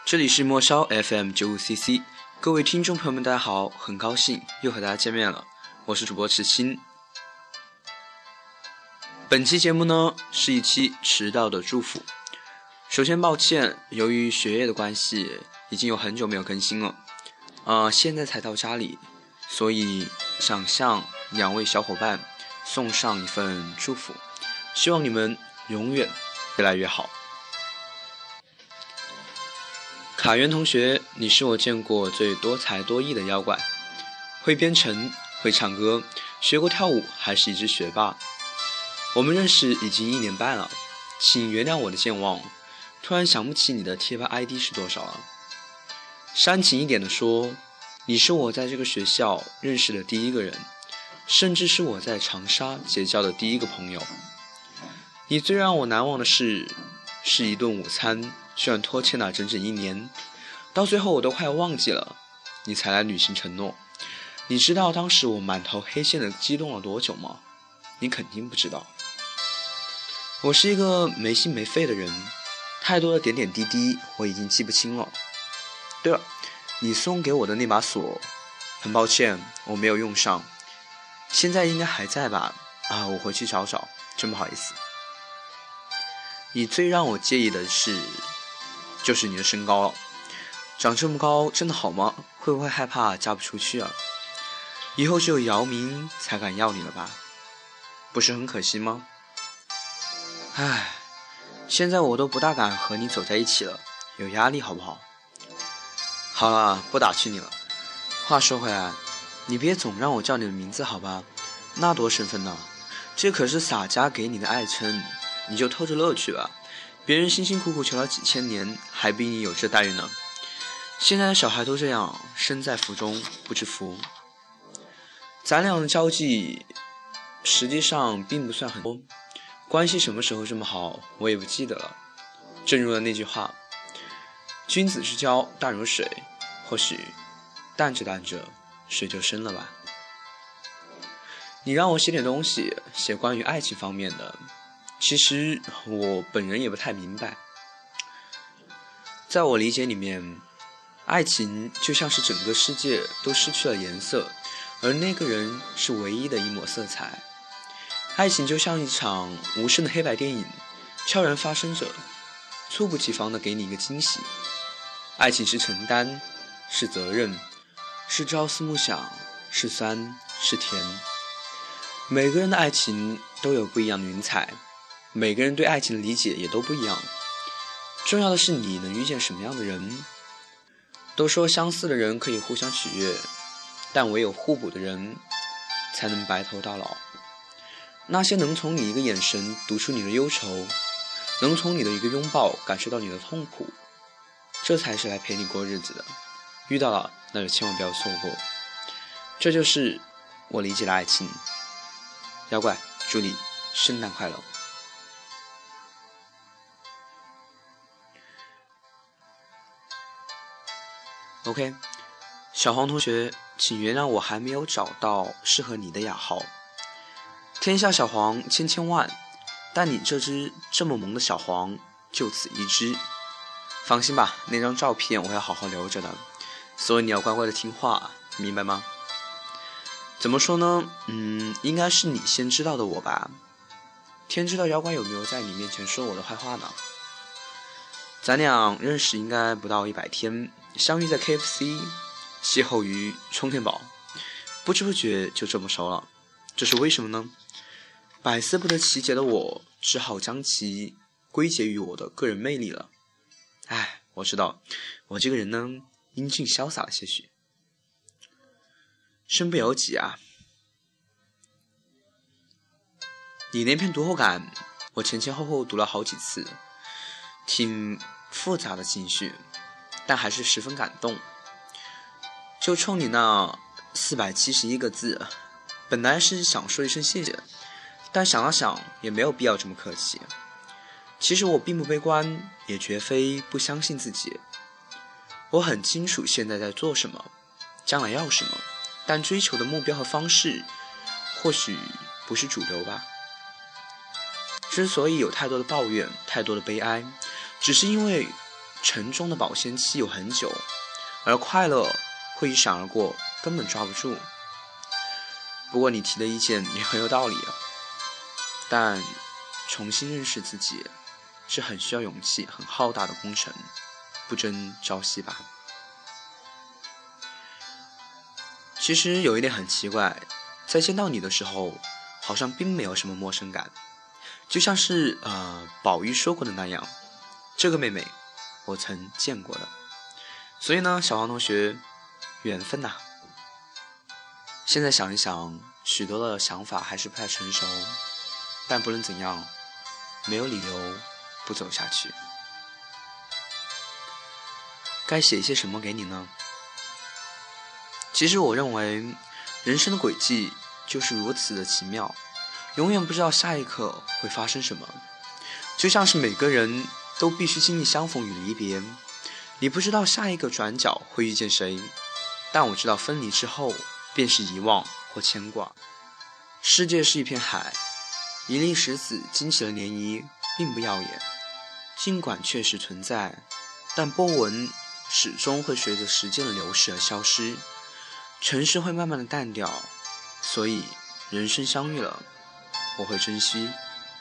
这里是末梢 FM95CC， 各位听众朋友们大家好，很高兴又和大家见面了，我是主播池鑫。本期节目呢是一期迟到的祝福。首先抱歉，由于学业的关系，已经有很久没有更新了，现在才到家里，所以想向两位小伙伴送上一份祝福，希望你们永远越来越好。卡源同学，你是我见过最多才多艺的妖怪，会编程，会唱歌，学过跳舞，还是一只学霸。我们认识已经1年半了，请原谅我的健忘，突然想不起你的贴吧 ID 是多少了。煽情一点的说，你是我在这个学校认识的第一个人，甚至是我在长沙结交的第一个朋友。你最让我难忘的是一顿午餐，居然拖欠了整整1年，到最后我都快要忘记了，你才来履行承诺。你知道当时我满头黑线的激动了多久吗？你肯定不知道。我是一个没心没肺的人，太多的点点滴滴我已经记不清了。对了，你送给我的那把锁，很抱歉我没有用上，现在应该还在吧？我回去找找，真不好意思。你最让我介意的就是你的身高了，长这么高真的好吗？会不会害怕嫁不出去啊？以后只有姚明才敢要你了吧？不是很可惜吗？现在我都不大敢和你走在一起了，有压力好不好？好了，不打趣你了。话说回来，你别总让我叫你的名字好吧？那多身份呢？这可是洒家给你的爱称，你就偷着乐去吧。别人辛辛苦苦求了几千年，还比你有这待遇呢。现在的小孩都这样，身在福中不知福。咱俩的交际实际上并不算很多，关系什么时候这么好我也不记得了。正如了那句话，君子之交淡如水，或许淡着淡着水就深了吧。你让我写点东西，写关于爱情方面的，其实我本人也不太明白。在我理解里面，爱情就像是整个世界都失去了颜色，而那个人是唯一的一抹色彩。爱情就像一场无声的黑白电影，悄然发生着，猝不及防地给你一个惊喜。爱情是承担，是责任，是朝思暮想，是酸是甜。每个人的爱情都有不一样的云彩，每个人对爱情的理解也都不一样。重要的是你能遇见什么样的人。都说相似的人可以互相取悦，但唯有互补的人才能白头到老。那些能从你一个眼神读出你的忧愁，能从你的一个拥抱感受到你的痛苦，这才是来陪你过日子的。遇到了，那就千万不要错过。这就是我理解的爱情。妖怪，祝你圣诞快乐。OK， 小黄同学，请原谅我还没有找到适合你的雅号。天下小黄千千万，但你这只这么萌的小黄就此一只。放心吧，那张照片我要好好留着的，所以你要乖乖的听话，明白吗？怎么说呢？应该是你先知道的我吧。天知道妖怪有没有在你面前说我的坏话呢？咱俩认识应该不到100天，相遇在 KFC， 邂逅于充电宝，不知不觉就这么熟了。这是为什么呢？百思不得其解的我，只好将其归结于我的个人魅力了。我知道，我这个人呢，英俊潇洒了些许。身不由己啊。你那篇读后感，我前前后后读了好几次，挺复杂的情绪，但还是十分感动。就冲你那471个字，本来是想说一声谢谢，但想了想也没有必要这么客气。其实我并不悲观，也绝非不相信自己。我很清楚现在在做什么，将来要什么，但追求的目标和方式或许不是主流吧。之所以有太多的抱怨，太多的悲哀，只是因为沉重的保鲜期有很久，而快乐会一闪而过，根本抓不住。不过你提的意见也很有道理啊，但重新认识自己是很需要勇气、很浩大的工程，不争朝夕吧。其实有一点很奇怪，在见到你的时候，好像并没有什么陌生感，就像是宝玉说过的那样，这个妹妹我曾见过的。所以呢，小黄同学，缘分呐。现在想一想，许多的想法还是不太成熟，但不论怎样，没有理由不走下去。该写一些什么给你呢？其实我认为，人生的轨迹就是如此的奇妙，永远不知道下一刻会发生什么。就像是每个人都必须经历相逢与离别，你不知道下一个转角会遇见谁，但我知道分离之后便是遗忘或牵挂。世界是一片海，一粒石子惊起了涟漪，并不耀眼，尽管确实存在，但波纹始终会随着时间的流逝而消失，城市会慢慢的淡掉，所以人生相遇了，我会珍惜。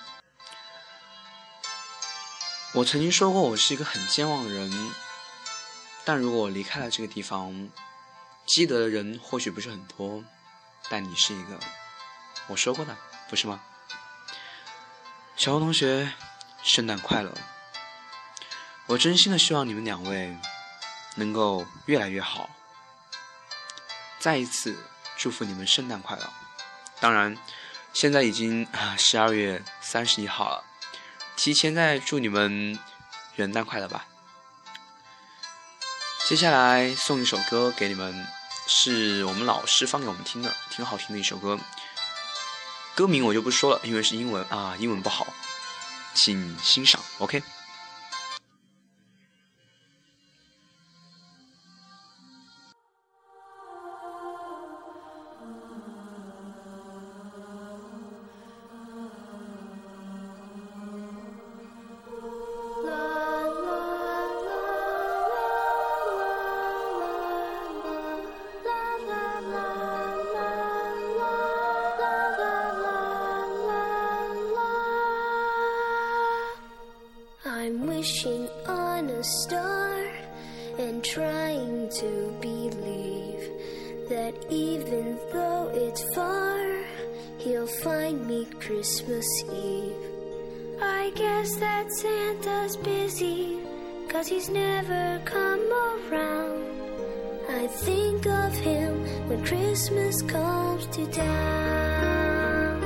我曾经说过我是一个很健忘的人，但如果我离开了这个地方，记得的人或许不是很多，但你是一个，我说过的，不是吗？小红同学，圣诞快乐！我真心的希望你们两位能够越来越好。再一次祝福你们圣诞快乐。当然，现在已经12月31号了，提前再祝你们元旦快乐吧。接下来送一首歌给你们，是我们老师放给我们听的，挺好听的一首歌。歌名我就不说了，因为是英文啊，英文不好，请欣赏 OK。 I'm wishing on a star and trying to believe that even though it's far, he'll find me Christmas Eve. I guess that Santa's busy, 'cause he's never come around. I think of him when Christmas comes to town.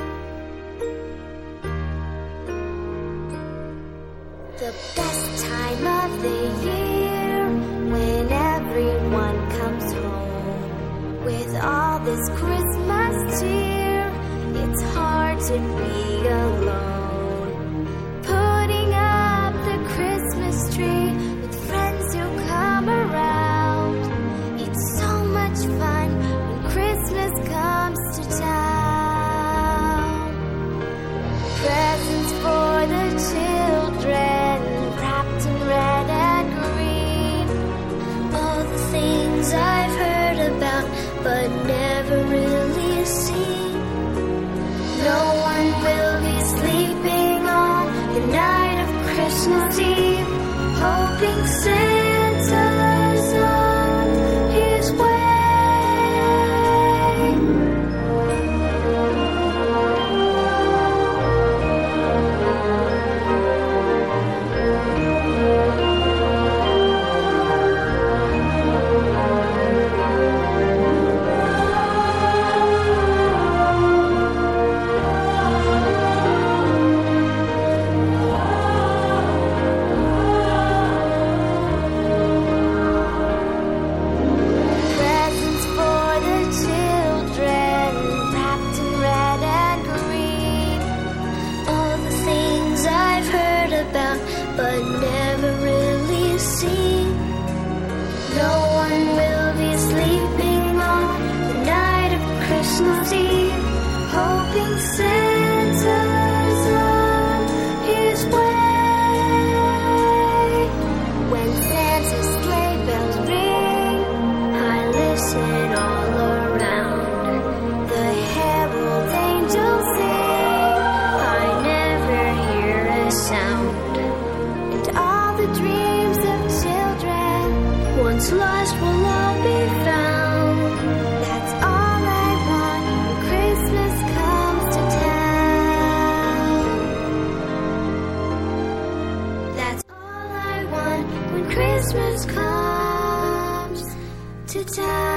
The best time of the year, when everyone comes home with all this Christmas cheer, it's hard to be alone. Putting up the Christmas tree with friends who come around, it's so much fun when Christmas comes to town. Presents for the children, wrapped in red and green. All the things I've heard about but never really seen. No one will be sleeping on the night of Christmas Eve, hoping Santa's on his way. Presents for the children, wrapped in red and green. All the things I've heard about but never really seen. No one will be sleeping on the night of Christmas Eve, hoping Santa's on his way. When once lost will all be found. That's all I want when Christmas comes to town. That's all I want when Christmas comes to town.